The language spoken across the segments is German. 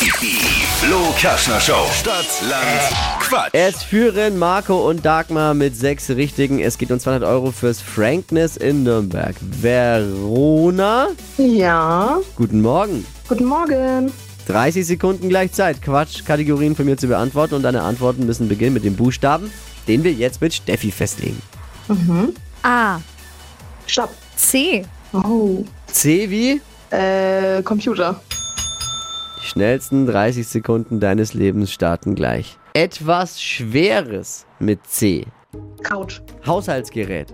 Die Flo Kerschner Show. Stadt, Land, Quatsch. Es führen Marco und Dagmar mit 6 Richtigen. Es geht um 200 Euro fürs Frankness in Nürnberg. Verona, Ja, guten Morgen. guten Morgen. 30 Sekunden gleich Zeit, Quatsch-Kategorien von mir zu beantworten. Und deine Antworten müssen beginnen mit dem Buchstaben, den wir jetzt mit Steffi festlegen. A. Stopp. C. Oh. C wie? Computer. Die schnellsten 30 Sekunden deines Lebens starten gleich. Etwas Schweres mit C. Couch. Haushaltsgerät.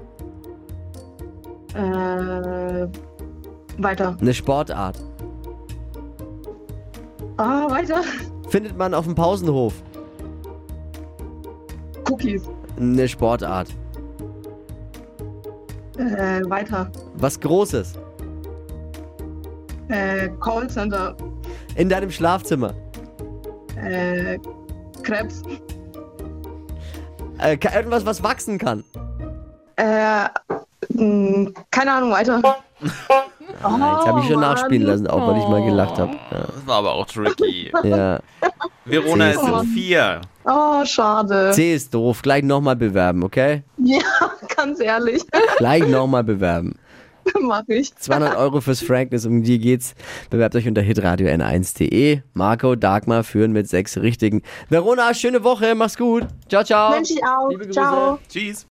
Weiter. Eine Sportart. Weiter. Findet man auf dem Pausenhof. Cookies. Eine Sportart. Weiter. Was Großes. Callcenter. In deinem Schlafzimmer. Krebs. Irgendwas, was wachsen kann. Keine Ahnung, weiter. Jetzt habe ich schon nachspielen lassen, auch weil ich mal gelacht habe. Das war aber auch tricky. Ja. Verona C ist in 4. Oh, schade. C ist doof. Gleich nochmal bewerben, okay? Ja, ganz ehrlich. Gleich nochmal bewerben. Mach ich. 200 Euro fürs Frankness, um die geht's. Bewerbt euch unter hitradio n1.de. Marco, Dagmar führen mit 6 Richtigen. Verona, schöne Woche, mach's gut. Ciao, ciao. Wünsche ich auch. Liebe Grüße. Ciao. Tschüss.